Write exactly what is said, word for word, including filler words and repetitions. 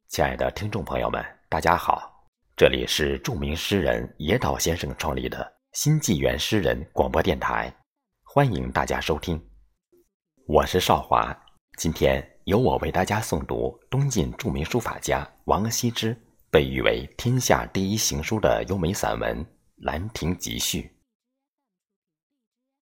亲爱的听众朋友们，大家好，这里是著名诗人野岛先生创立的新纪元诗人广播电台，欢迎大家收听。我是少华，今天由我为大家诵读东晋著名书法家王羲之被誉为天下第一行书的优美散文《兰亭集序》。